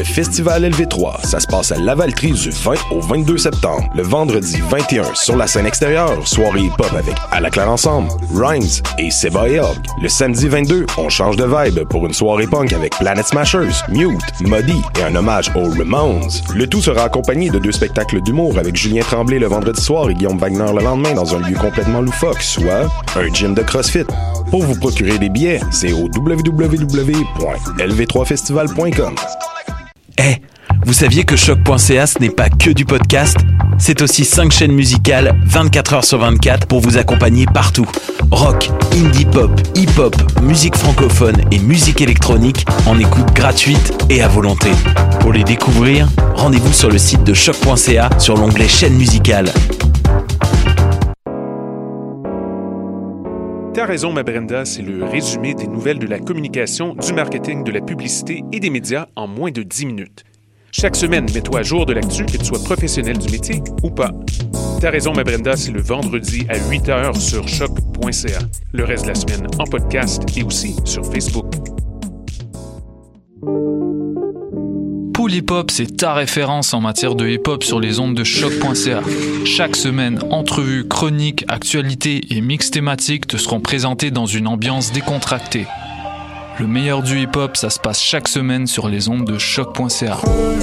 Le Festival LV3, ça se passe à Lavaltrie du 20 au 22 septembre. Le vendredi 21, sur la scène extérieure, soirée hip-hop avec À la Claire Ensemble, Rhymes et Seba et Hog. Le samedi 22, on change de vibe pour une soirée punk avec Planet Smashers, Mute, Muddy et un hommage aux Ramones. Le tout sera accompagné de 2 spectacles d'humour avec Julien Tremblay le vendredi soir et Guillaume Wagner le lendemain dans un lieu complètement loufoque, soit un gym de CrossFit. Pour vous procurer des billets, c'est au www.lv3festival.com. Vous saviez que choc.ca ce n'est pas que du podcast? C'est aussi 5 chaînes musicales 24 heures sur 24 pour vous accompagner partout. Rock, indie pop, hip-hop, musique francophone et musique électronique en écoute gratuite et à volonté. Pour les découvrir, rendez-vous sur le site de choc.ca sur l'onglet chaîne musicale. T'as raison, ma Brenda, c'est le résumé des nouvelles de la communication, du marketing, de la publicité et des médias en moins de 10 minutes. Chaque semaine, mets-toi à jour de l'actu, que tu sois professionnel du métier ou pas. T'as raison, ma Brenda, c'est le vendredi à 8h sur choc.ca. Le reste de la semaine en podcast et aussi sur Facebook. Pool Hip Hop, c'est ta référence en matière de hip-hop sur les ondes de choc.ca. Chaque semaine, entrevues, chroniques, actualités et mix thématiques te seront présentés dans une ambiance décontractée. Le meilleur du hip-hop, ça se passe chaque semaine sur les ondes de choc.ca.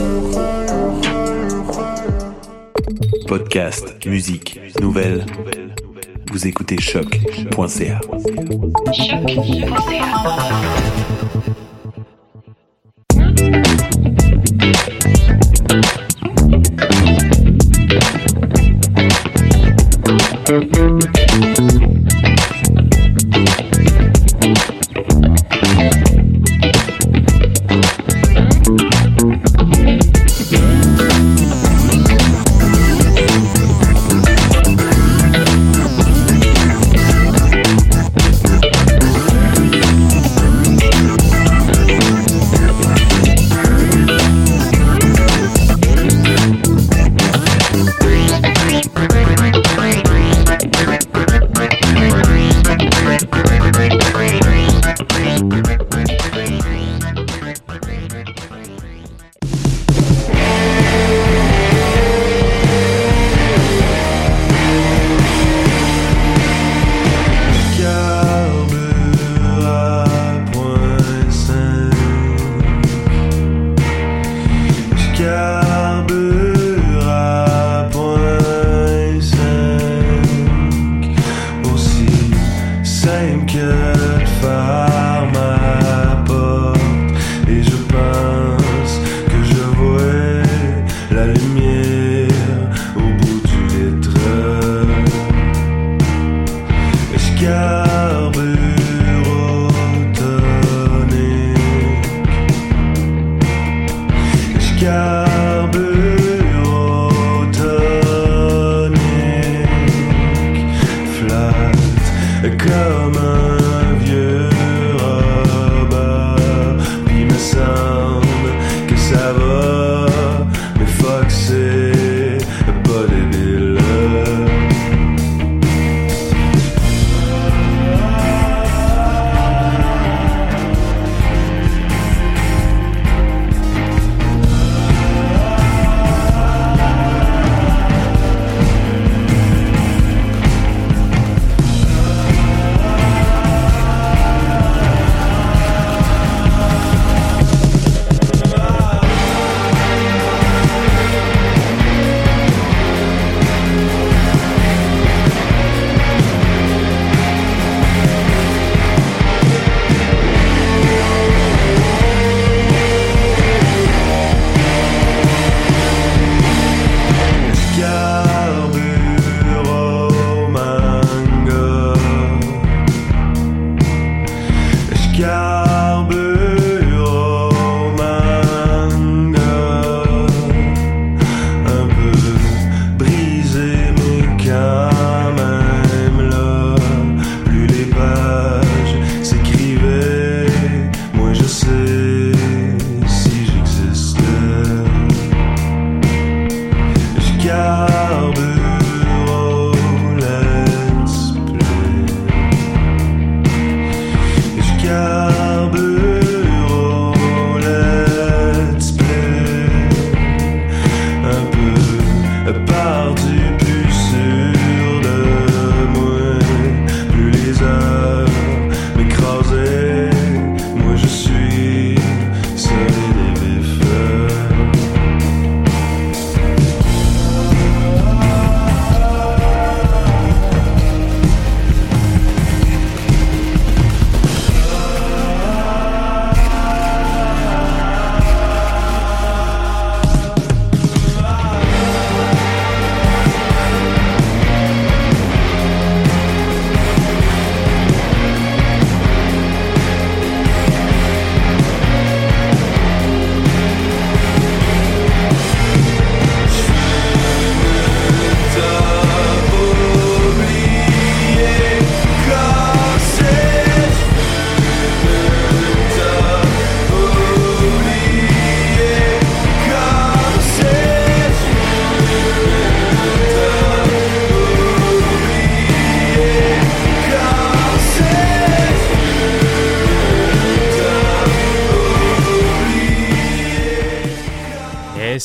Podcast, musique, nouvelles. Vous écoutez choc.ca.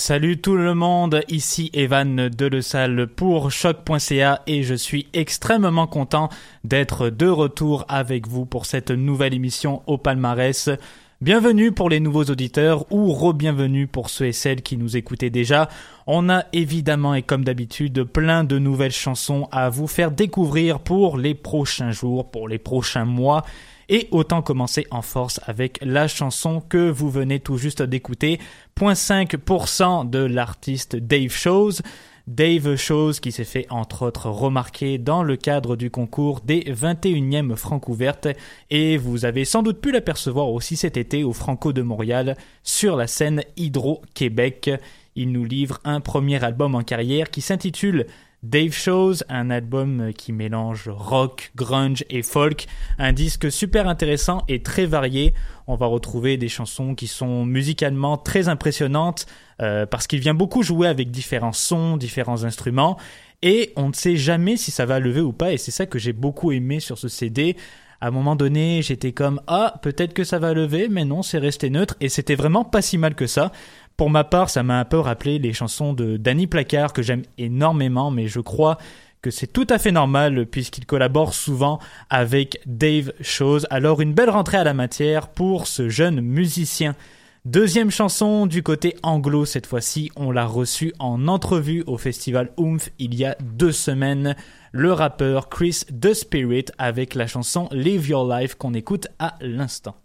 Salut tout le monde, ici Evan Delessalle pour Choc.ca et je suis extrêmement content d'être de retour avec vous pour cette nouvelle émission au palmarès. Bienvenue pour les nouveaux auditeurs ou re-bienvenue pour ceux et celles qui nous écoutaient déjà. On a évidemment et comme d'habitude plein de nouvelles chansons à vous faire découvrir pour les prochains jours, pour les prochains mois. Et autant commencer en force avec la chanson que vous venez tout juste d'écouter, 0.5% de l'artiste Dave Shows. Dave Shows qui s'est fait entre autres remarquer dans le cadre du concours des 21e Francouvertes et vous avez sans doute pu l'apercevoir aussi cet été au Franco de Montréal sur la scène Hydro-Québec. Il nous livre un premier album en carrière qui s'intitule Dave Shows, un album qui mélange rock, grunge et folk, un disque super intéressant et très varié. On va retrouver des chansons qui sont musicalement très impressionnantes parce qu'il vient beaucoup jouer avec différents sons, différents instruments et on ne sait jamais si ça va lever ou pas et c'est ça que j'ai beaucoup aimé sur ce CD. À un moment donné, j'étais comme « Ah, peut-être que ça va lever », mais non, c'est resté neutre et c'était vraiment pas si mal que ça. Pour ma part, ça m'a un peu rappelé les chansons de Danny Placard que j'aime énormément, mais je crois que c'est tout à fait normal puisqu'il collabore souvent avec Dave Shows. Alors une belle rentrée à la matière pour ce jeune musicien. Deuxième chanson du côté anglo cette fois-ci, on l'a reçu en entrevue au festival Oomph il y a 2 semaines. Le rappeur Chris The Spirit avec la chanson Live Your Life qu'on écoute à l'instant.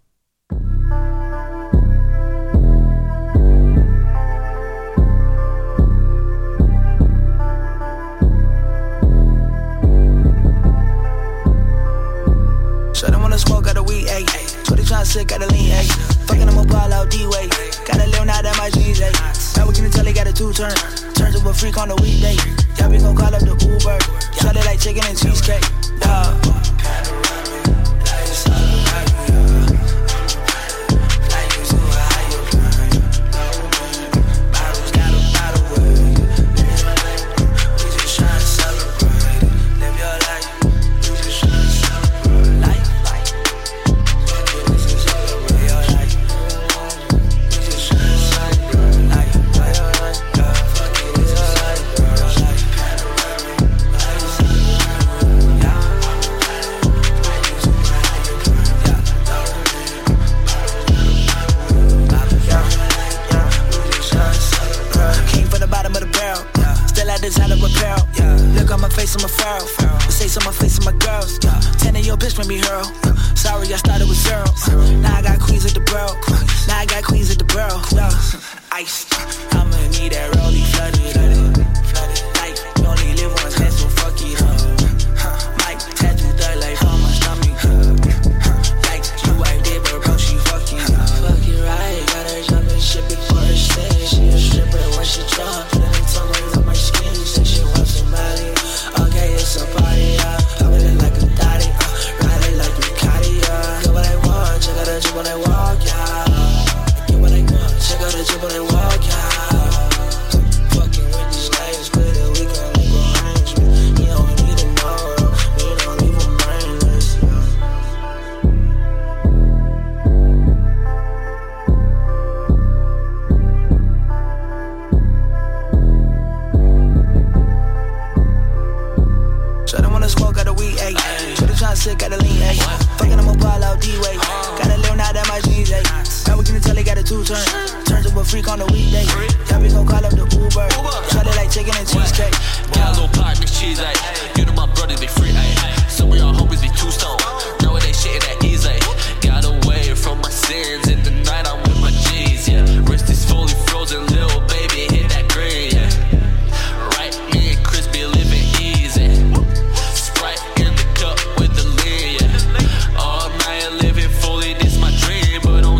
Smoke out the weed, ayy. 20 tryna sick out the lean, ayy. Fucking I'ma ball out D-way. Got a little knot at my jeans, ayy. Now we can tell they got a 2-turn. Turn to a freak on the weekday. Y'all be gon' call up the Uber. Shot it like chicken and cheesecake.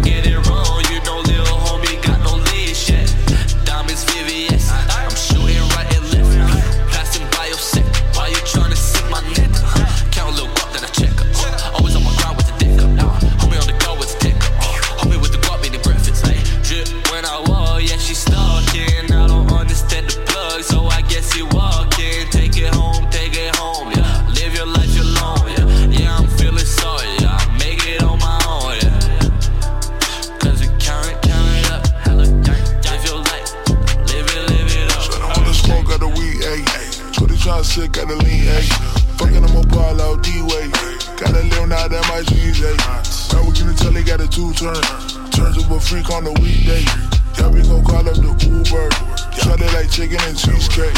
I'm shooting right. Shorty tryna sit, got the lean, ayy. Fucking I'm a ball out D-way. Gotta live now that my G's, ayy. Now we can tell they got a two-turn. Turns up a freak on the weekday. Yeah, we gon' call up the Uber. Shot it like chicken and cheesecake.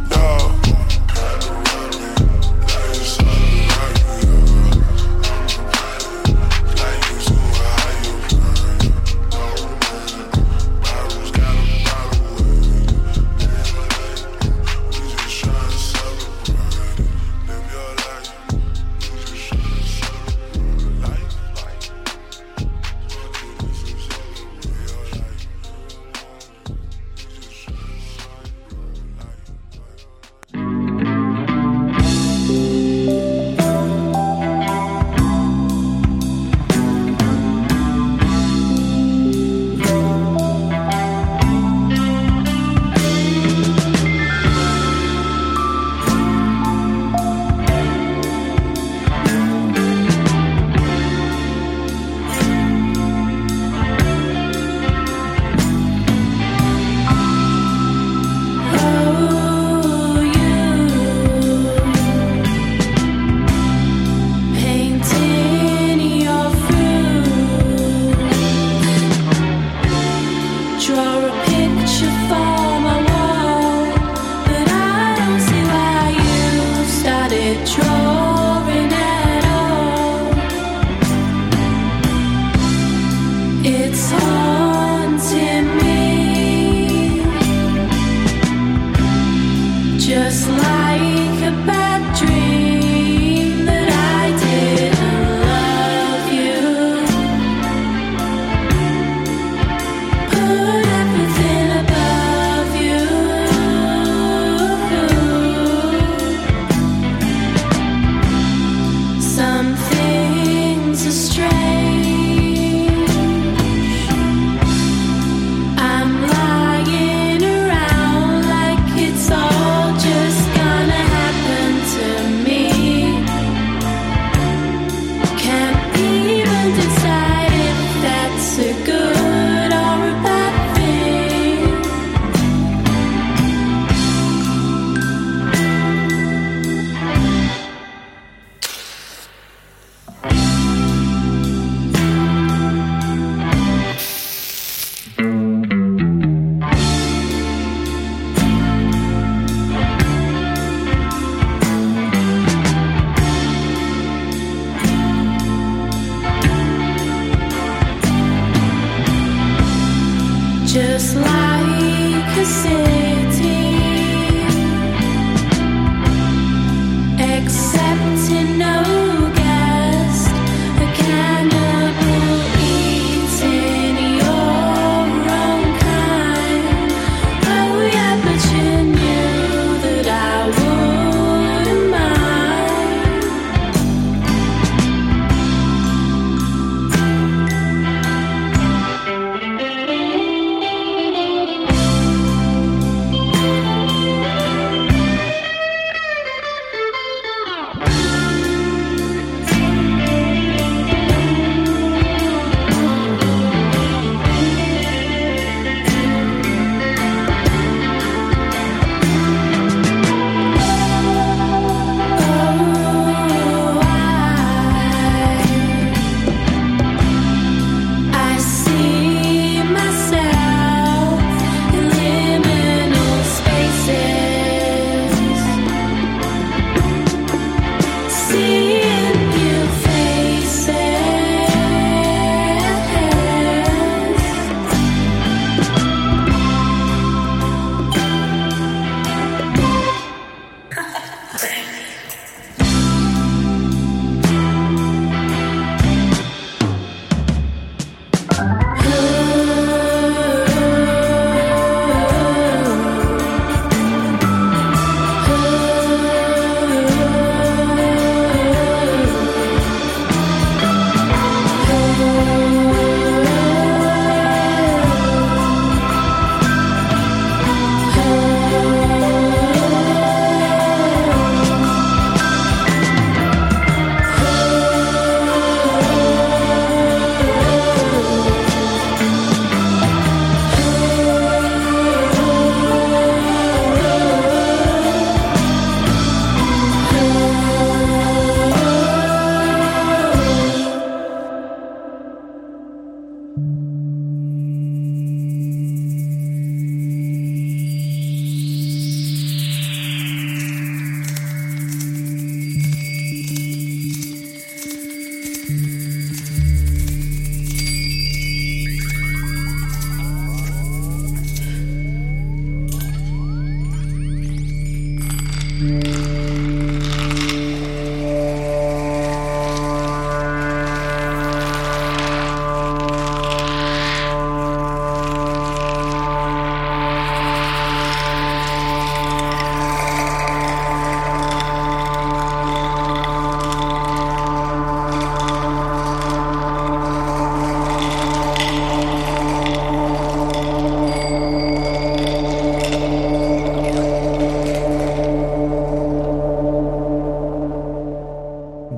Just like a city, accepting no guest, a cannibal eating your own kind. Oh yeah, but you knew that I wouldn't mind.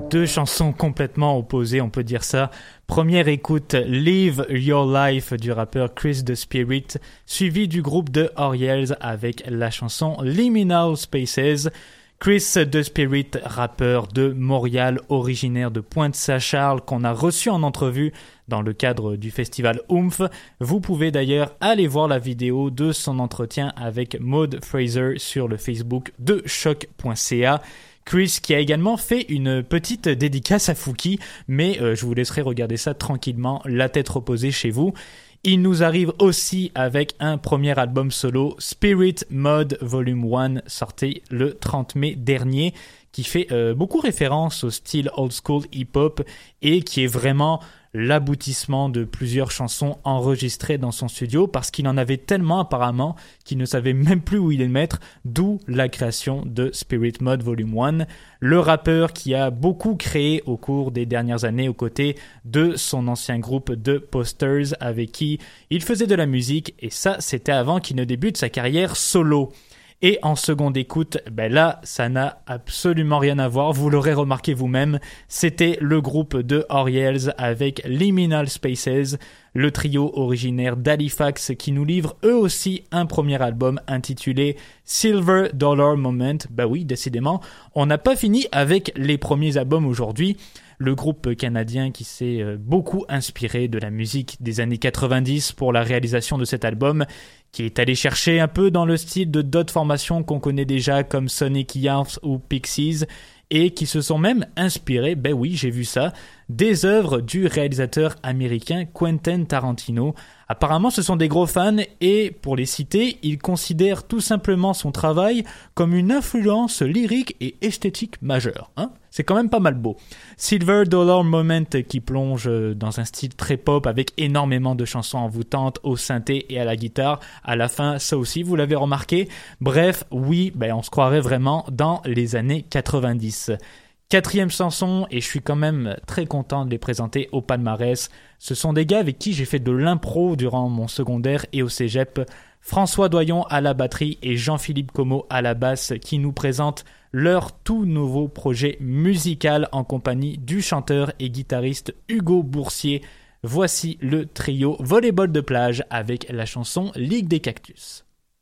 Deux chansons complètement opposées, on peut dire ça. Première écoute, Live Your Life du rappeur Chris The Spirit, suivi du groupe The Oriels avec la chanson Liminal Spaces. Chris The Spirit, rappeur de Montréal, originaire de Pointe-Saint-Charles, qu'on a reçu en entrevue dans le cadre du festival Oomph. Vous pouvez d'ailleurs aller voir la vidéo de son entretien avec Maud Fraser sur le Facebook de choc.ca. Chris qui a également fait une petite dédicace à Fouki, mais je vous laisserai regarder ça tranquillement, la tête reposée chez vous. Il nous arrive aussi avec un premier album solo, Spirit Mode Volume 1, sorti le 30 mai dernier, qui fait beaucoup référence au style old school hip-hop et qui est vraiment l'aboutissement de plusieurs chansons enregistrées dans son studio parce qu'il en avait tellement apparemment qu'il ne savait même plus où il les mettre, d'où la création de Spirit Mode Volume 1. Le rappeur qui a beaucoup créé au cours des dernières années aux côtés de son ancien groupe de Posters avec qui il faisait de la musique et ça c'était avant qu'il ne débute sa carrière solo. Et en seconde écoute, ben là, ça n'a absolument rien à voir, vous l'aurez remarqué vous-même, c'était le groupe de Oriels avec Liminal Spaces, le trio originaire d'Halifax qui nous livre eux aussi un premier album intitulé Silver Dollar Moment. Bah oui, décidément, on n'a pas fini avec les premiers albums aujourd'hui. Le groupe canadien qui s'est beaucoup inspiré de la musique des années 90 pour la réalisation de cet album, qui est allé chercher un peu dans le style de d'autres formations qu'on connaît déjà comme Sonic Youth ou Pixies, et qui se sont même inspirés, ben oui, j'ai vu ça, des œuvres du réalisateur américain Quentin Tarantino. Apparemment, ce sont des gros fans et, pour les citer, ils considèrent tout simplement son travail comme une influence lyrique et esthétique majeure. C'est quand même pas mal beau. Silver Dollar Moment qui plonge dans un style très pop avec énormément de chansons envoûtantes au synthé et à la guitare. À la fin, ça aussi, vous l'avez remarqué. Bref, oui, on se croirait vraiment dans les années 90. Quatrième chanson, et je suis quand même très content de les présenter au palmarès. Ce sont des gars avec qui j'ai fait de l'impro durant mon secondaire et au cégep. François Doyon à la batterie et Jean-Philippe Comeau à la basse qui nous présentent leur tout nouveau projet musical en compagnie du chanteur et guitariste Hugo Boursier. Voici le trio Volleyball de plage avec la chanson Ligue des Cactus.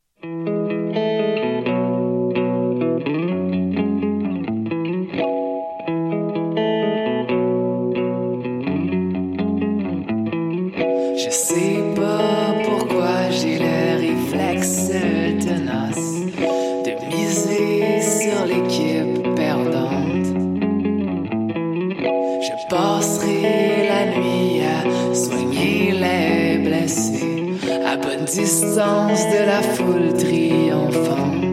Je sais pas pourquoi j'ai le réflexe tenace de miser sur l'équipe perdante. Je passerai la nuit à soigner les blessés à bonne distance de la foule triomphante.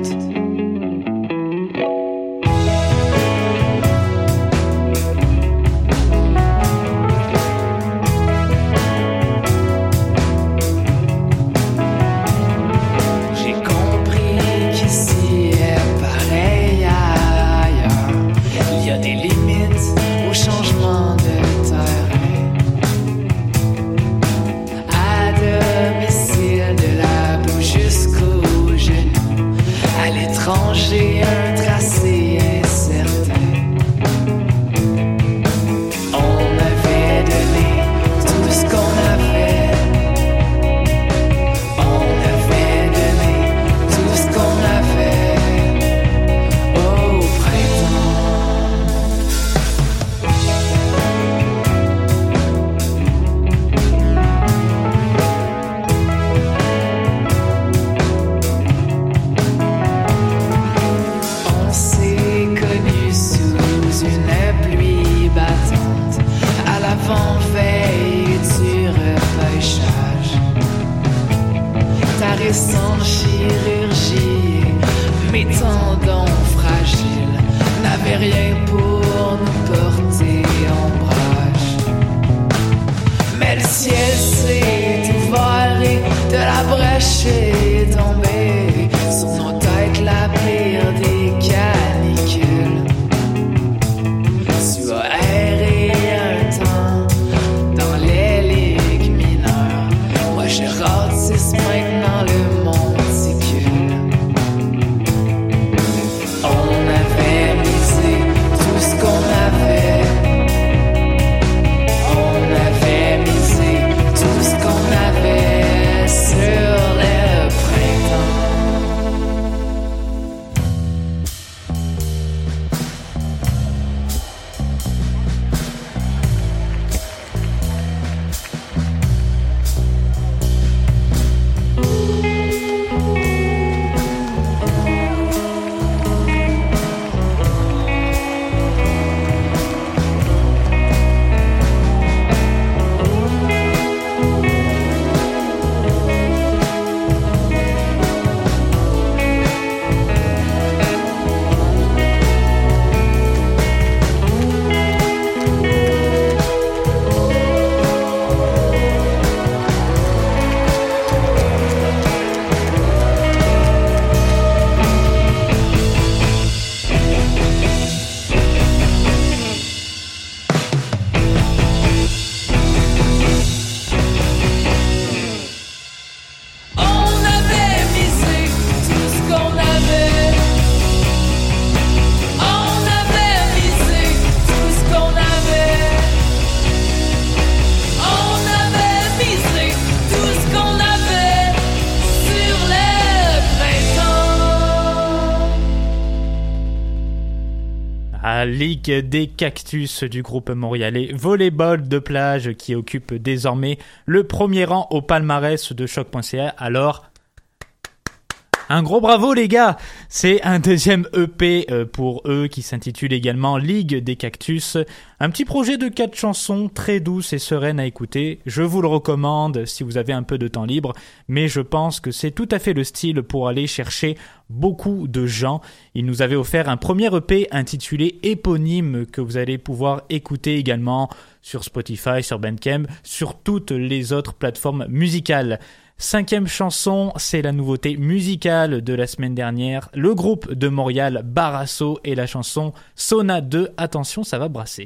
On avait misé tout ce qu'on avait. à Ligue des Cactus du groupe montréalais Volleyball de plage qui occupe désormais le premier rang au palmarès de choc.ca. Alors, un gros bravo les gars. C'est un deuxième EP pour eux qui s'intitule également Ligue des Cactus. Un petit projet de 4 chansons très douces et sereines à écouter. Je vous le recommande si vous avez un peu de temps libre, mais je pense que c'est tout à fait le style pour aller chercher beaucoup de gens. Ils nous avaient offert un premier EP intitulé Éponyme que vous allez pouvoir écouter également sur Spotify, sur Bandcamp, sur toutes les autres plateformes musicales. 5e chanson, c'est la nouveauté musicale de la semaine dernière. Le groupe de Montréal Barasso et la chanson Sauna 2. Attention, ça va brasser.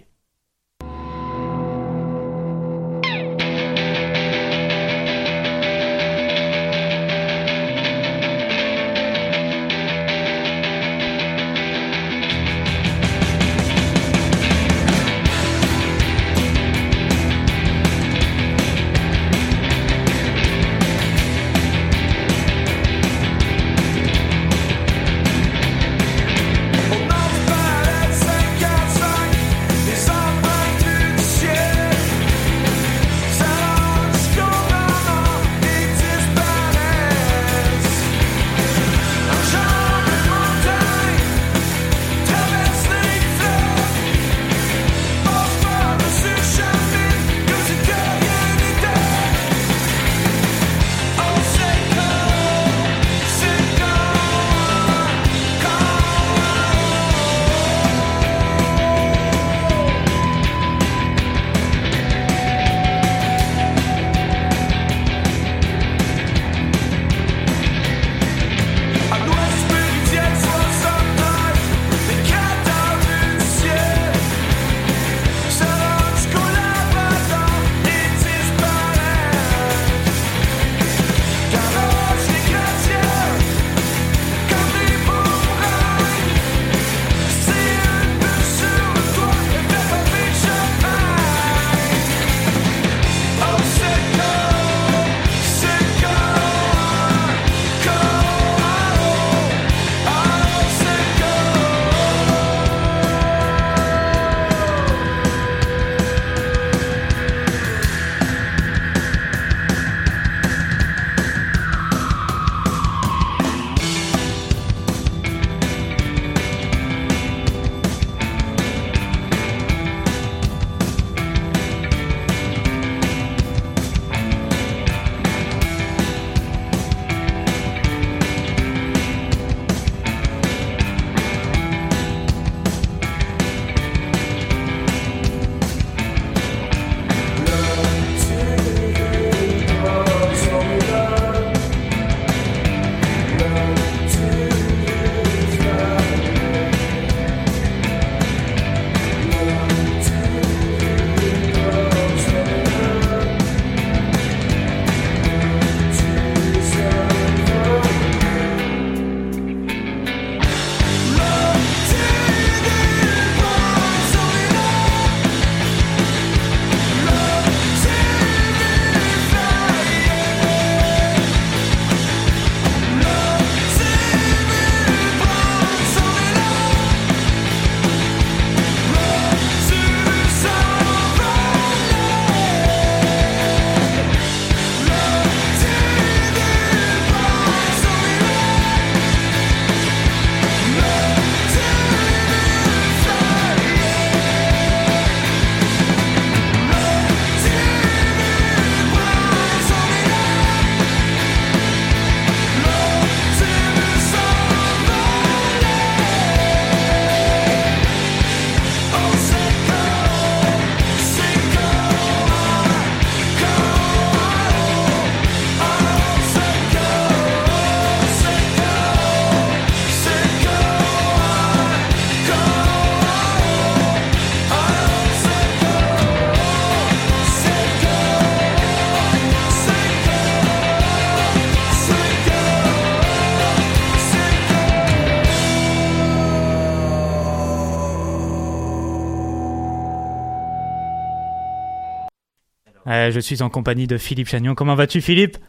Je suis en compagnie de Philippe Chagnon. Comment vas-tu, Philippe?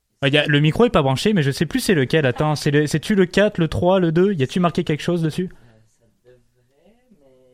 Le micro est pas branché, mais je sais plus c'est lequel. Attends, c'est-tu le 4, le 3, le 2? Y a-tu marqué quelque chose dessus? Ça devrait, mais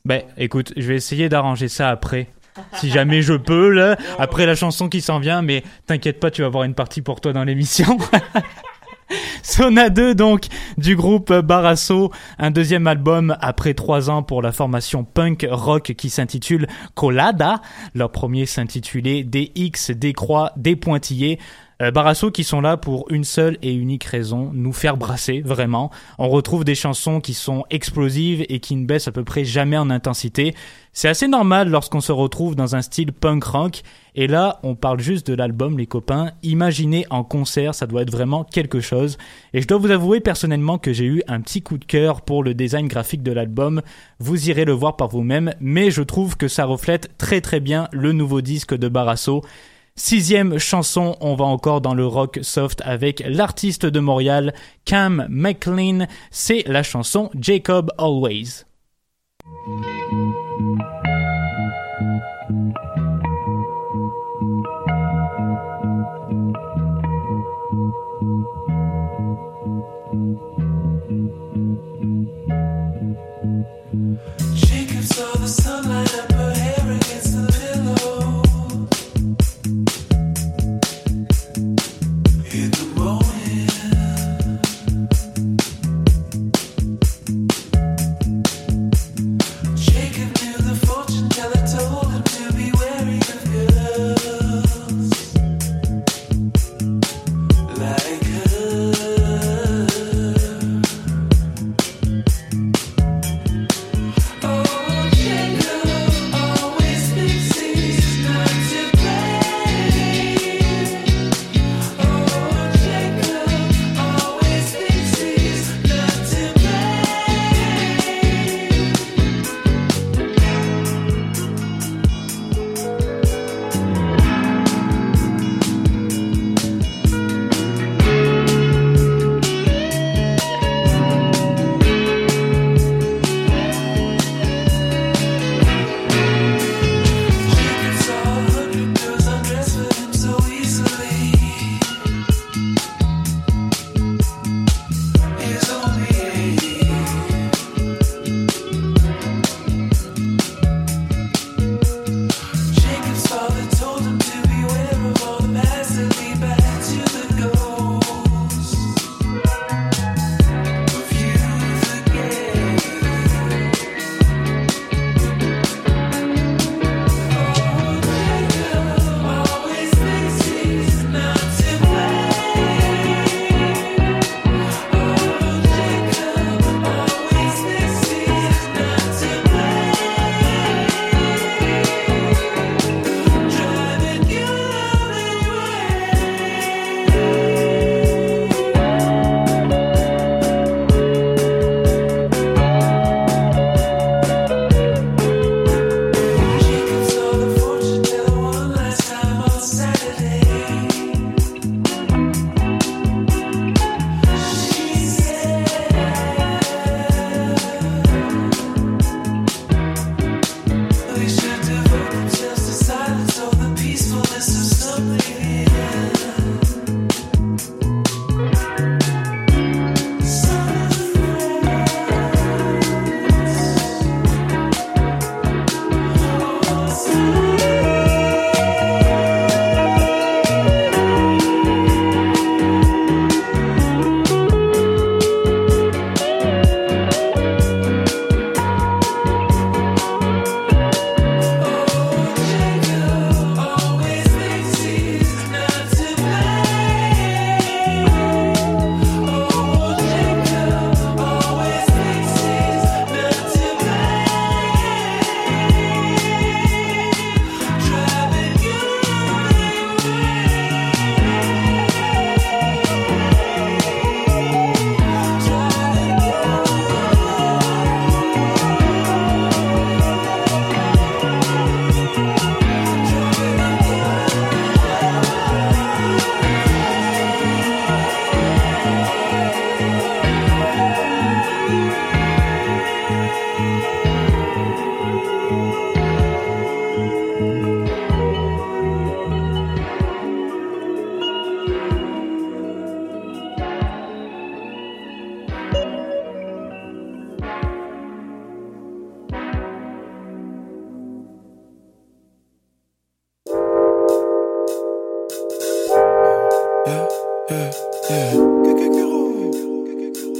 Ben, écoute, je vais essayer d'arranger ça après. Si jamais je peux, là, après la chanson qui s'en vient, mais t'inquiète pas, tu vas avoir une partie pour toi dans l'émission. Sona 2, donc, du groupe Barasso, un deuxième album après 3 ans pour la formation punk rock qui s'intitule Colada. Leur premier s'intitulait Des X, des croix, des pointillés. Barasso qui sont là pour une seule et unique raison, nous faire brasser, vraiment. On retrouve des chansons qui sont explosives et qui ne baissent à peu près jamais en intensité. C'est assez normal lorsqu'on se retrouve dans un style punk rock. Et là, on parle juste de l'album, les copains. Imaginez en concert, ça doit être vraiment quelque chose. Et je dois vous avouer personnellement que j'ai eu un petit coup de cœur pour le design graphique de l'album. Vous irez le voir par vous-même, mais je trouve que ça reflète très très bien le nouveau disque de Barasso. 6e chanson, on va encore dans le rock soft avec l'artiste de Montréal, Cam McLean. C'est la chanson Jacob Always. Jacob saw the sunlight up her hair against the pillow. In the morning,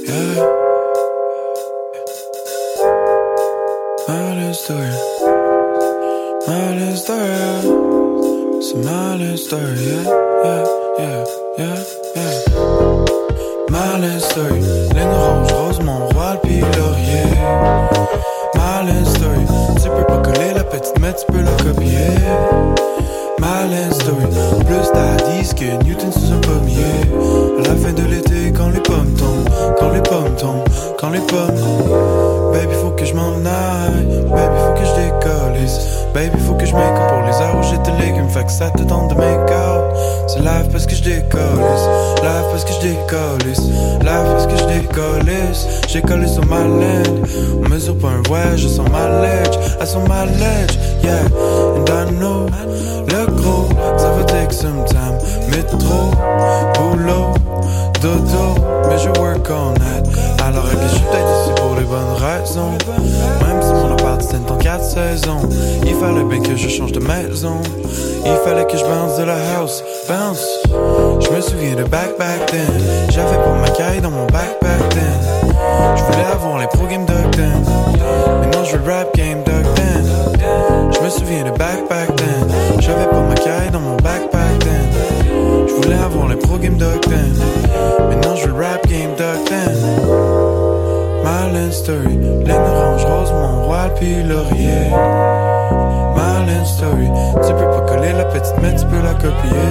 yeah. Marlin story, Marlin story. C'est Marlin story, yeah. Marlin story, laine rouge, Rosemont, roi, puis laurier. Marlin story, tu peux pas coller la petite, mais tu peux la copier. Marlin story, plus d'Addis que Newton sous un pommier. À la fin de l'été, quand les pommes tombent, quand les pommes tombent, quand les pommes. Baby, faut que je m'en aille, baby, faut que je décollisse. Baby, faut que je make up pour les heures où j'étais légumes, fait que ça te tente de make out. C'est live parce que je décollisse, live parce que je décollisse, live parce que je décollisse. J'ai collé sur ma laine, on mesure pas un voyage, je sens ma ledge, I sens ma ledge, yeah. And I know, le gros, ça va take some time. Métro, boulot, dodo, mais je work on that. Alors que je suis peut-être ici pour les bonnes raisons. Même si mon appart c'est en 4 saisons, il fallait bien que je change de maison. Il fallait que je bounce de la house, bounce. Je me souviens de back then. J'avais pas ma caille dans mon backpack then. Je voulais avoir les pro game dog then. Maintenant je veux le rap game dog then. Je me souviens de back then. J'avais pas ma caille dans mon backpack then. Je voulais avoir les pro game dog then. Maintenant je veux le rap game dog then. Marlin story, laine orange, rose, mon roi, puis laurier. Marlin story, tu peux pas coller la petite, mais tu peux la copier.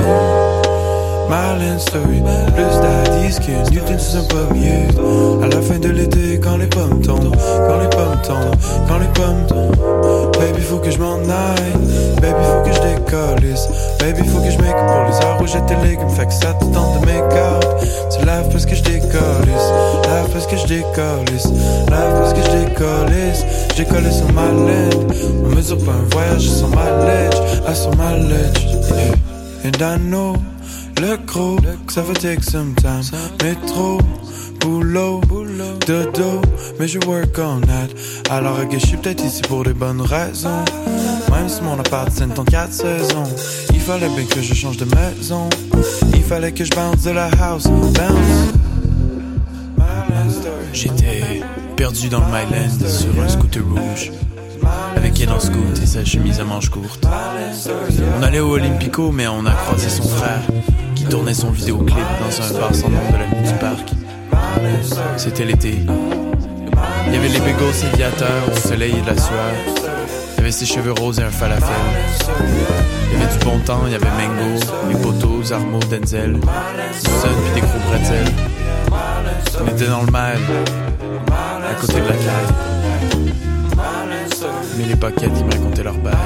Marlin story, plus d'Addis que Newton sous un pommier. À la fin de l'été, quand les pommes tombent, quand les pommes tombent, quand les pommes tombent. Baby, faut que je m'en aille, baby, faut que je décollisse. Baby, faut que je make up pour les heures où j'étais légumes, fait que ça te tente de make out. Tu laves parce que je décollisse, lave parce que je décollisse, lave parce que je décollisse. J'ai collé sur ma laine, on mesure pas un voyage, je sens ma ledge, I sens ma ledge, yeah. And I know, le gros, que ça va take some time. Métro, boulot, dodo, mais je work on that. Alors que je suis peut-être ici pour des bonnes raisons. Même si mon appart c'est en 4 saisons, il fallait bien que je change de maison. Il fallait que je bounce de la house, bounce. J'étais perdu dans le Myland sur un scooter rouge, avec elle en scoot et sa chemise à manches courtes. On allait au Olympico, mais on a croisé son frère qui tournait son vidéoclip dans un bar sans nom de la nuit du parc. C'était l'été. Il y avait les bagels aviateurs, du soleil et de la sueur. Il y avait ses cheveux roses et un falafel. Il y avait du bon temps, il y avait Mango, les potos, Armo, Denzel, du sun puis des gros bretzels. On était dans le mal, à côté de la caille. Mais les paquettes, ils me racontaient leur bail.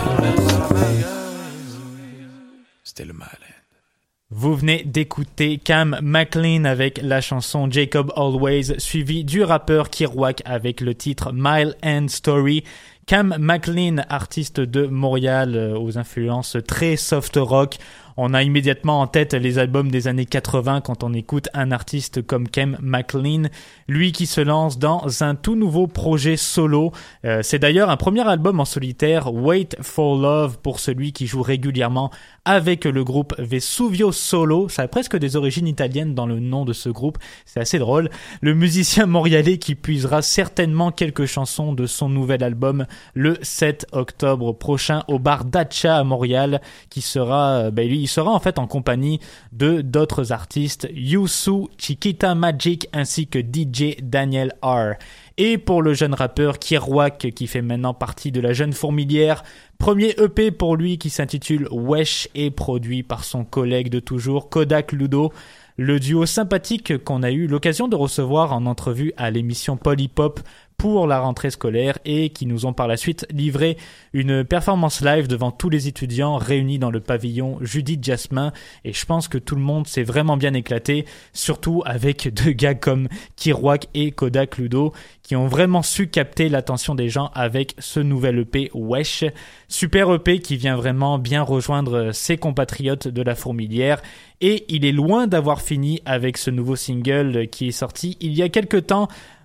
C'était le mal. Vous venez d'écouter Cam McLean avec la chanson Jacob Always, suivi du rappeur Kerouac avec le titre Mile End Story. Cam McLean, artiste de Montréal aux influences très soft rock. On a immédiatement en tête les albums des années 80 quand on écoute un artiste comme Cam McLean, lui qui se lance dans un tout nouveau projet solo. C'est d'ailleurs un premier album en solitaire, Wait for Love, pour celui qui joue régulièrement avec le groupe Vesuvio Solo. Ça a presque des origines italiennes dans le nom de ce groupe, c'est assez drôle. Le musicien montréalais qui puisera certainement quelques chansons de son nouvel album le 7 octobre prochain au bar Dacha à Montréal, qui sera, il sera en fait en compagnie de d'autres artistes, Youssou, Chiquita Magic ainsi que DJ Daniel R. Et pour le jeune rappeur Kerouac qui fait maintenant partie de la Jeune Fourmilière, premier EP pour lui qui s'intitule Wesh et produit par son collègue de toujours Kodak Ludo. Le duo sympathique qu'on a eu l'occasion de recevoir en entrevue à l'émission Polypop pour la rentrée scolaire et qui nous ont par la suite livré une performance live devant tous les étudiants réunis dans le pavillon Judith Jasmin, et je pense que tout le monde s'est vraiment bien éclaté, surtout avec deux gars comme Kerouac et Kodak Ludo qui ont vraiment su capter l'attention des gens avec ce nouvel EP Wesh. Super EP qui vient vraiment bien rejoindre ses compatriotes de la Fourmilière, et il est loin d'avoir fini avec ce nouveau single qui est sorti il y a quelque temps.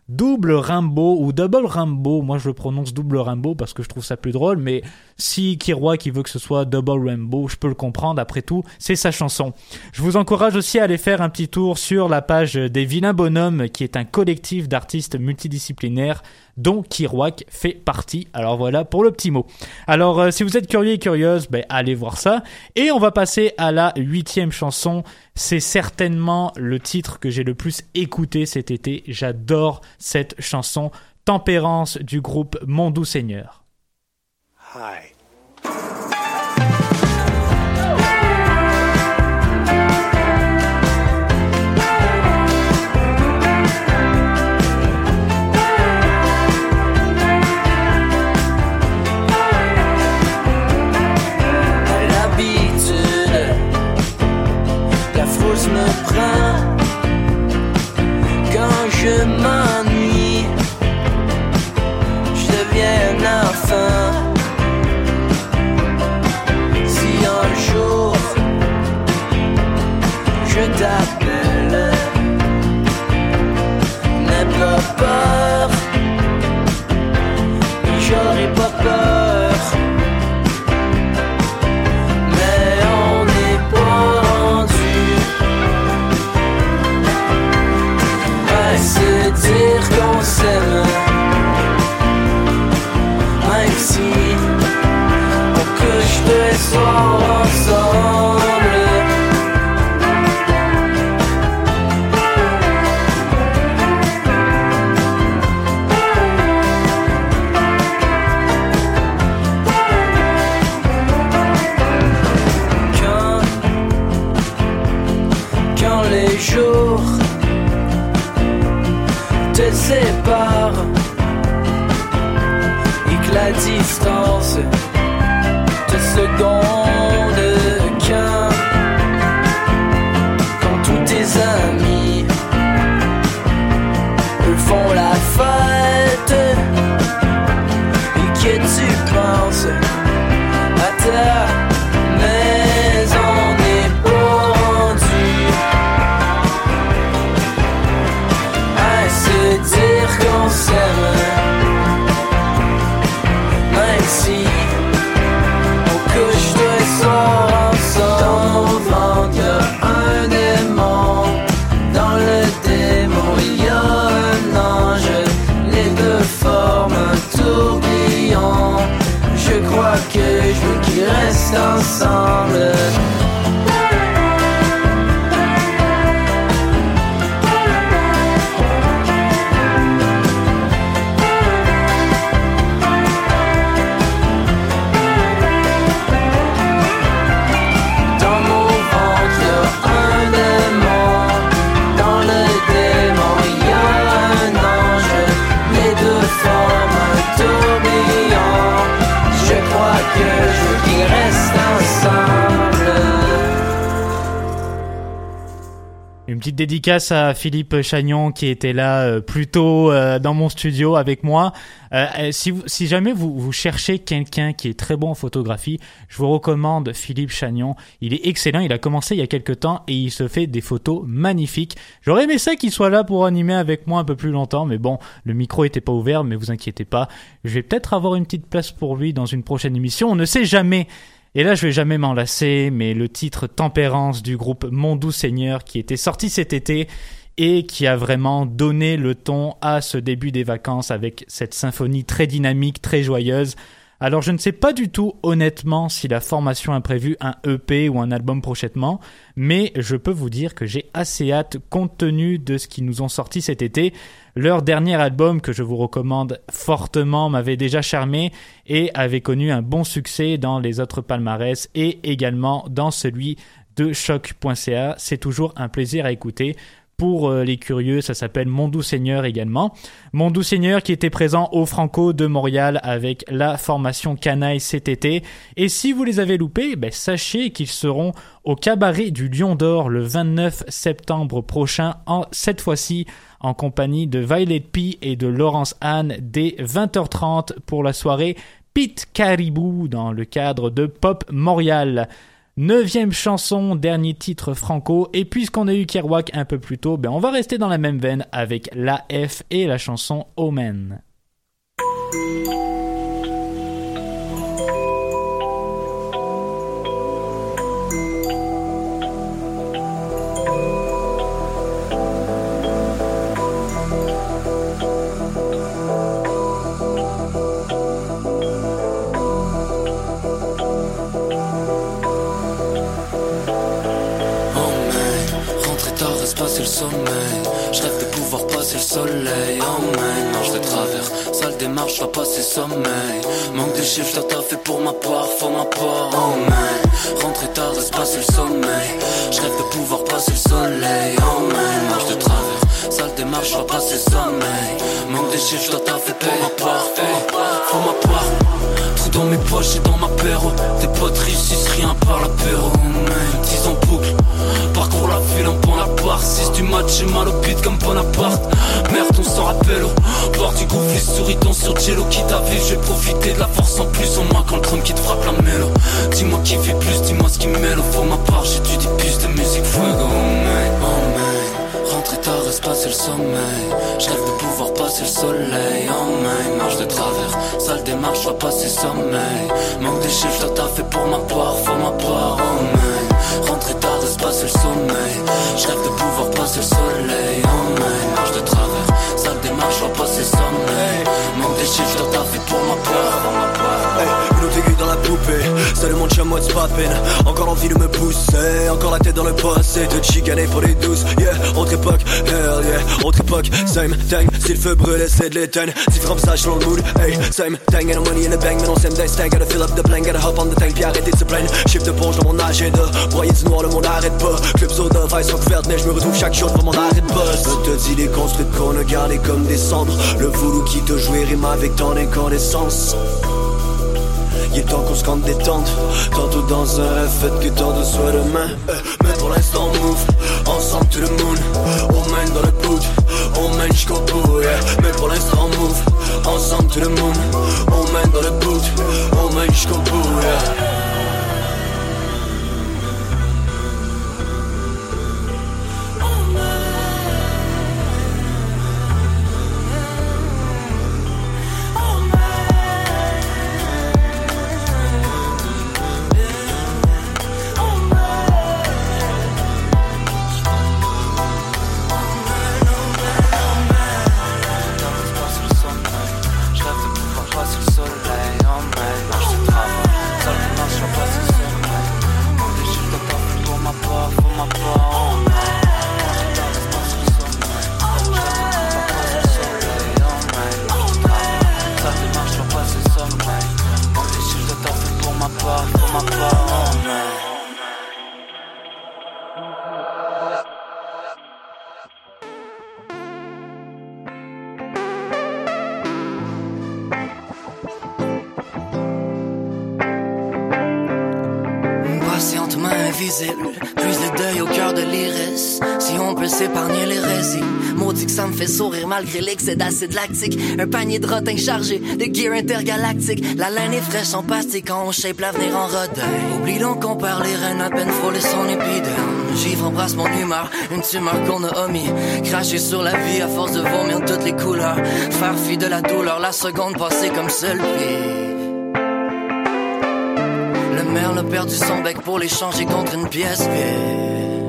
Double Rainbow ou Double Rainbow. Moi, je le prononce Double Rainbow parce que je trouve ça plus drôle, mais si Kiroak qui veut que ce soit Double Rainbow, je peux le comprendre. Après tout, c'est sa chanson. Je vous encourage aussi à aller faire un petit tour sur la page des Vilains Bonhommes, qui est un collectif d'artistes multidisciplinaires dont Kiroak fait partie. Alors voilà pour le petit mot. Alors si vous êtes curieux et curieuse, allez voir ça. Et on va passer à la 8e chanson. C'est certainement le titre que j'ai le plus écouté cet été. J'adore cette chanson. Tempérance du groupe Mon Doux Seigneur. Hi. Me prend quand je m'ennuie, je deviens un enfant. Si un jour je t'appelle, n'aie pas peur, j'aurai pas peur. Dire qu'on s'aime, même si on couche tous les soirs ensemble. Quand les jours te sépare et que la distance te seconde, quand tous tes amis eux font la fête et que tu penses à ta maison n'est pas rendue à se dire qu'on s'aime, même si on couche tous les soirs ensemble. Dans mon ventre y'a un démon, dans le démon il y a un ange, les deux forment un tourbillon. Je crois que je veux qu'ils restent ensemble. Une petite dédicace à Philippe Chagnon qui était là plus tôt dans mon studio avec moi. Si jamais vous cherchez quelqu'un qui est très bon en photographie, je vous recommande Philippe Chagnon. Il est excellent, il a commencé il y a quelques temps et il se fait des photos magnifiques. J'aurais aimé ça qu'il soit là pour animer avec moi un peu plus longtemps, mais bon, le micro était pas ouvert, mais vous inquiétez pas. Je vais peut-être avoir une petite place pour lui dans une prochaine émission, on ne sait jamais. Et là, je vais jamais m'en lasser, mais le titre Tempérance du groupe Mon Doux Seigneur qui était sorti cet été et qui a vraiment donné le ton à ce début des vacances avec cette symphonie très dynamique, très joyeuse. Alors, je ne sais pas du tout, honnêtement, si la formation a prévu un EP ou un album prochainement, mais je peux vous dire que j'ai assez hâte compte tenu de ce qu'ils nous ont sorti cet été. Leur dernier album, que je vous recommande fortement, m'avait déjà charmé et avait connu un bon succès dans les autres palmarès et également dans celui de choc.ca. C'est toujours un plaisir à écouter. Pour les curieux, ça s'appelle Mon Doux Seigneur également. Mon Doux Seigneur qui était présent au Franco de Montréal avec la formation Canaille cet été. Et si vous les avez loupés, sachez qu'ils seront au Cabaret du Lion d'Or le 29 septembre prochain, cette fois-ci en compagnie de Violet P et de Laurence Anne dès 20h30 pour la soirée Pete Caribou dans le cadre de Pop Montréal. 9e chanson, dernier titre franco, et puisqu'on a eu Kerouac un peu plus tôt, on va rester dans la même veine avec l'AF et la chanson Omen. Passer le sommeil, je rêve de pouvoir passer le soleil. Oh man, marche de travers, sale démarche, va passer sommeil. Manque de chiffres, je dois taffer pour ma part, faut ma part. Oh man, rentrer tard, reste passer le sommeil. Je rêve de pouvoir passer le soleil. Oh man, marche de travers, sale démarche, va passer sommeil. Manque de chiffres, je dois taffer pour ma part, faut ma part. Trou dans mes poches et dans ma perro. Tes potes réussissent rien par l'apéro. Man, 10 en boucle, parcours la file en pont la part. 6 du match, j'ai mal au pit comme Bonaparte. Merde, on s'en rappelle au bord du gouffre, les souris tombent sur Jello. Quitte à vivre, j'ai profité de la force en plus en moi quand le drum qui te frappe la mélo. Dis-moi qui fait plus, dis-moi ce qui mêle. Faut ma part, j'étudie plus de musique fuego. Oh man, rentrer tard, reste passer le sommeil. Je rêve de pouvoir passer le soleil. Oh man, marche de travers, sale démarche, va passer sommeil. Manque des chiffres, je dois taffer pour ma part, faut ma part. Oh man, rentrer tard, reste passer le sommeil. Je rêve de pouvoir passer le soleil. Oh man, marche de travers, sale démarche, va passer sommeil. Manque des chiffres, je dois taffer pour ma part, faut ma part. Hey, une autre aiguille dans la poupée, c'est le monde chez moi, c'est pas peine. Encore l'envie de me pousser, encore la tête dans le passé, de chicaner pour les douces. Yeah, autre époque, hell yeah, autre époque. Same thing, si le feu brûle, c'est de l'éteindre. Si frappe ça, j'suis dans le mood. Hey, same thing, and no money in the bank, mais non, same day stank. Gotta fill up the blank, gotta hop on the tank, puis arrêter de se plaindre. Shift de ponge dans mon agenda, broyer du noir, le monde arrête pas. Club soda, vice sans couverte, mais je me retrouve chaque jour devant mon arrêt de boss. Je te dis les construits qu'on a gardés comme des cendres. Le voodoo qui te jouait rime avec ton incandescence. Il est temps qu'on se compte détente. Tantôt dans un rêve, faites que tant de soit demain. Mais pour l'instant move, ensemble to the moon. On mène dans le boot, on mène jusqu'au bout, yeah. Mais pour l'instant move, ensemble to the moon. On mène dans le boot, on mène jusqu'au bout, yeah. Puise le deuil au cœur de l'iris. Si on peut s'épargner les récits. Maudit que ça me fait sourire malgré l'excès d'acide lactique. Un panier de rotin chargé de gear intergalactique. La laine est fraîche en plastique quand on shape l'avenir en rodin. Oublie donc qu'on perd les reines à peine frôler son épiderme. Givre embrasse mon humeur, une tumeur qu'on a omis. Cracher sur la vie à force de vomir toutes les couleurs. Faire fi de la douleur, la seconde passée comme seul pied. Le merle a perdu son bec pour l'échanger contre une pièce vide.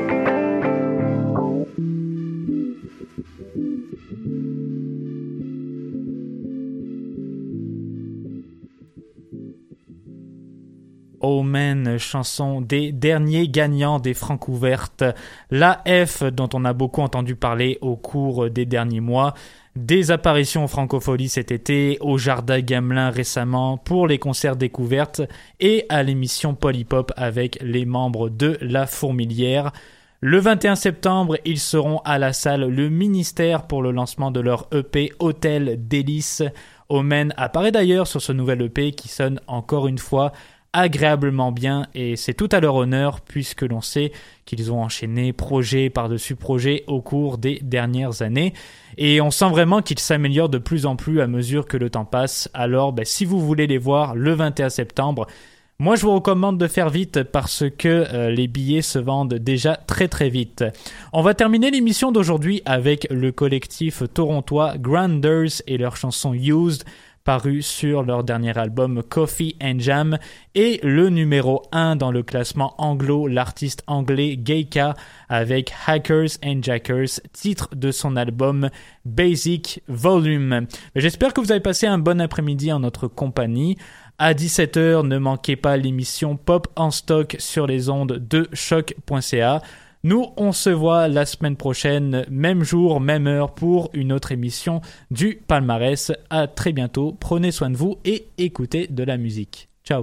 Omen, chanson des derniers gagnants des Francouvertes. L'AF, dont on a beaucoup entendu parler au cours des derniers mois. Des apparitions aux Francopholies cet été, au Jardin Gamelin récemment, pour les concerts découvertes et à l'émission Polypop avec les membres de La Fourmilière. Le 21 septembre, ils seront à la salle Le Ministère pour le lancement de leur EP Hôtel Délices. Omen apparaît d'ailleurs sur ce nouvel EP qui sonne encore une fois agréablement bien et c'est tout à leur honneur puisque l'on sait qu'ils ont enchaîné projet par-dessus projet au cours des dernières années et on sent vraiment qu'ils s'améliorent de plus en plus à mesure que le temps passe. Alors si vous voulez les voir le 21 septembre, Moi, je vous recommande de faire vite parce que les billets se vendent déjà très très vite. On va terminer l'émission d'aujourd'hui avec le collectif torontois Granders et leur chanson Used, paru sur leur dernier album Coffee and Jam, et le numéro 1 dans le classement anglo, l'artiste anglais Geika avec Hackers and Jackers, titre de son album Basic Volume. J'espère que vous avez passé un bon après-midi en notre compagnie. À 17h, ne manquez pas l'émission Pop en stock sur les ondes de choc.ca. Nous, on se voit la semaine prochaine, même jour, même heure, pour une autre émission du palmarès. À très bientôt, prenez soin de vous et écoutez de la musique. Ciao.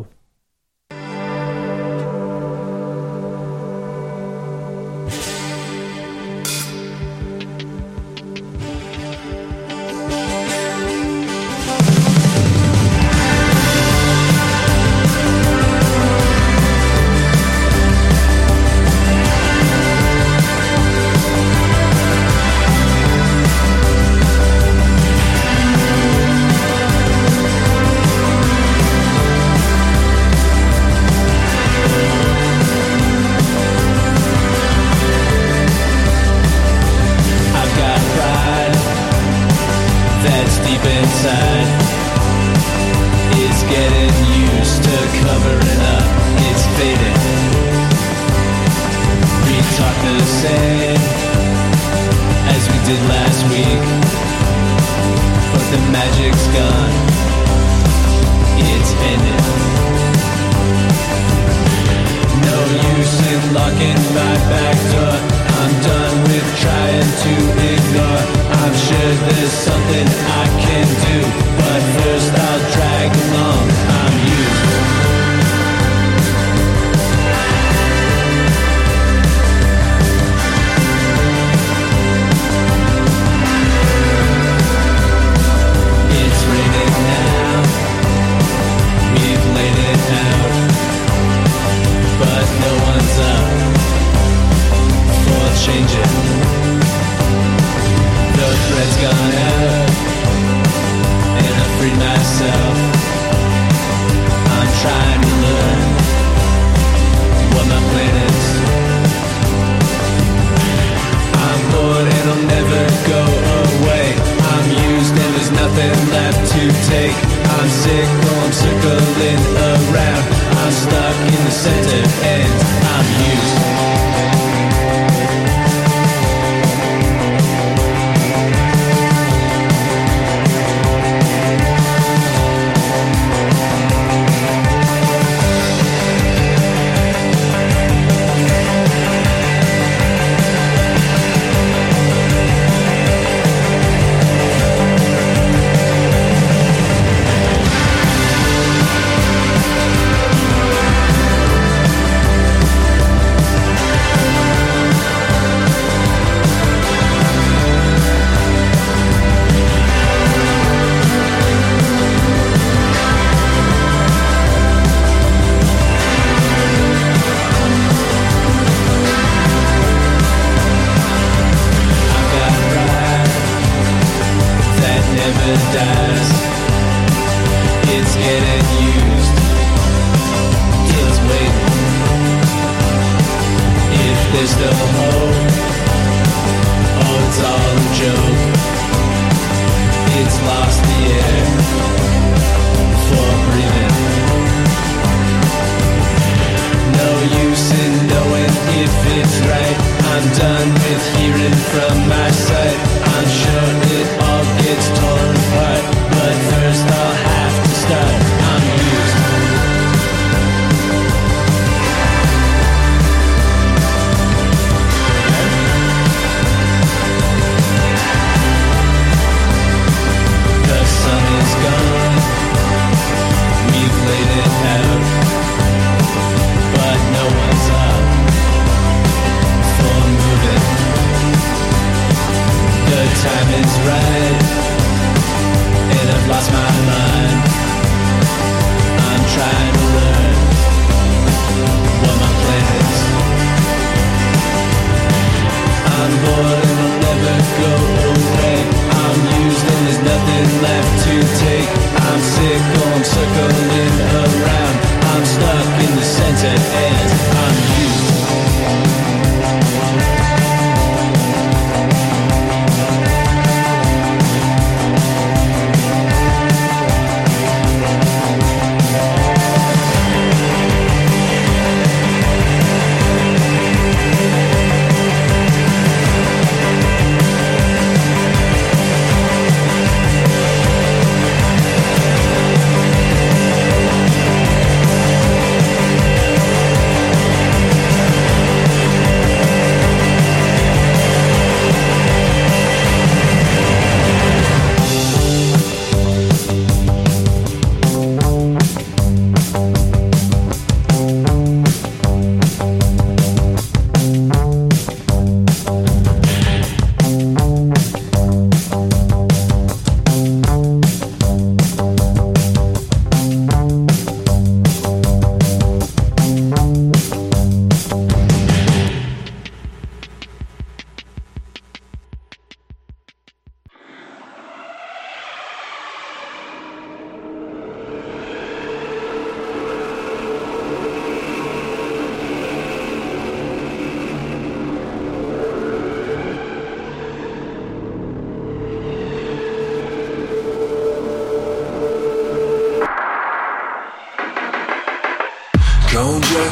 left to take. I'm sick, I'm circling around. I'm stuck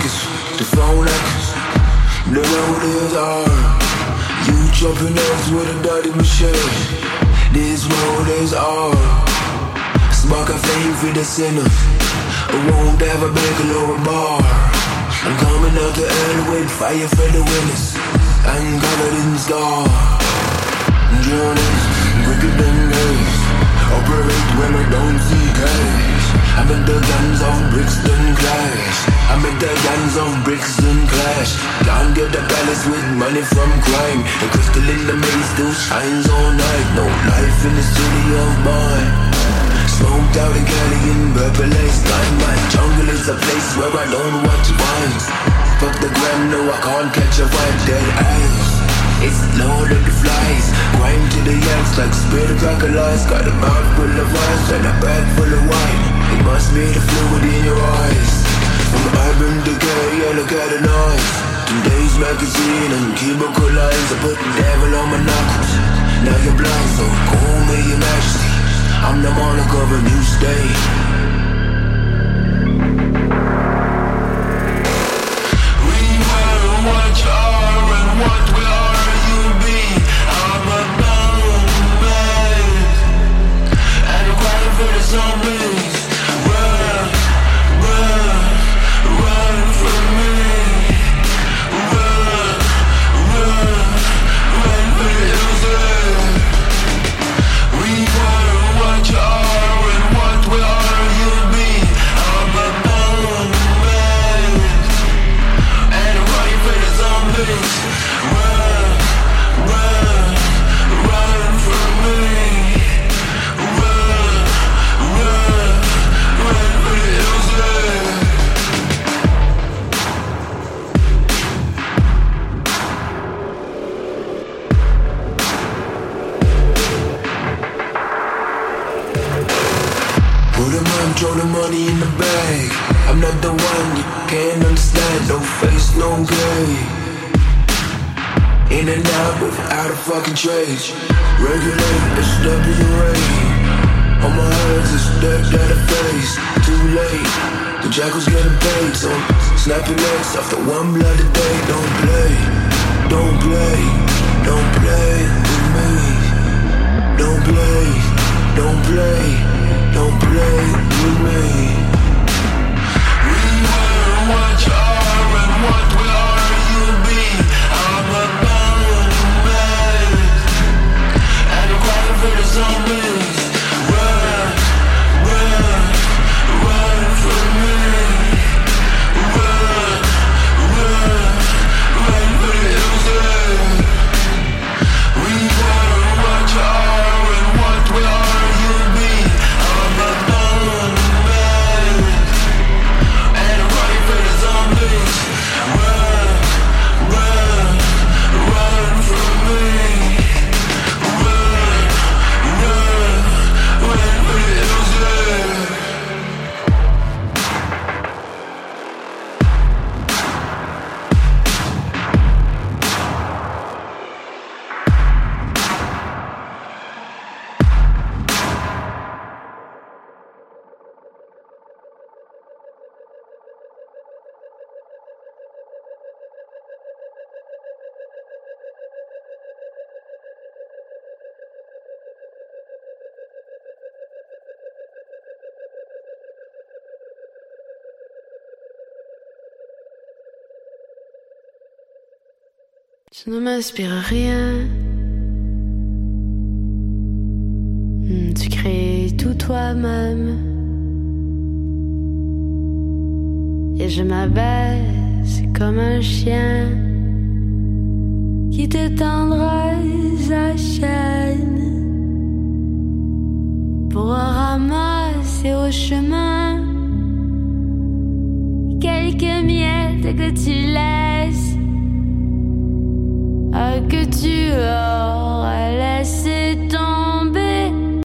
records, the phone echoes. The road is hard. You chopping eggs with a dirty machine. This road is hard. Spark a flame for the sinners. I won't ever break a lower bar. I'm coming out to hell with fire for the winners. I'm covered in scar. Journeys, wicked and gaze. Operate when I don't see cash. I'm in the guns of Brixton Clash. I'm in the guns of Brixton Clash. Can't get the palace with money from crime. The crystal in the maze still shines all night. No life in the city of mine. Smoked out in Cali in purple lace time. My jungle is a place where I don't watch vines. Fuck the gram, no I can't catch a vibe. Dead eyes, it's Lord of the Flies. Grind to the yanks like spit of crocodiles. Got a mouth full of ice and a bag full of wine. It must be the fluid in your eyes. From urban decay, yeah, look at the noise. Today's magazine and cubicle lines. I put the devil on my knuckles. Now you're blind, so call me your majesty. I'm the monarch of a new state. We were what you are and what we are you be. I'm a bound man, and I'm crying for the zombies. Run, run, run from me. Run, run, run for the illusion. We were what you are and what we are you be. I'm a bound man, and I'm crying for the zombies. Run, run, run from me. Run, run, run for the illusion. Put them on, throw the money in the bag. I'm not the one you can't understand. No face, no gay. In and out without a fucking trace. Regulate SWA. On my hands it's dirt that I face. Too late, the jackal's getting paid. So snapping necks after one bloody day. Don't play, don't play, don't play with me. Don't play, don't play, don't play with me. We were what you are and what we are you be. I'm a bound man, and I'm crying for the zombies. Run, run, run from me. Run, run, run for the illusion. We were what you are and what we are you be. I'm a bound man, and I'm crying for the zombies. Run, run, run from me. Run, run, run for the illusion. Tu ne m'inspires rien. Tu crées tout toi-même. Et je m'abaisse comme un chien qui te tendra sa chaîne pour ramasser au chemin quelques miettes que tu laisses, que tu auras laissé.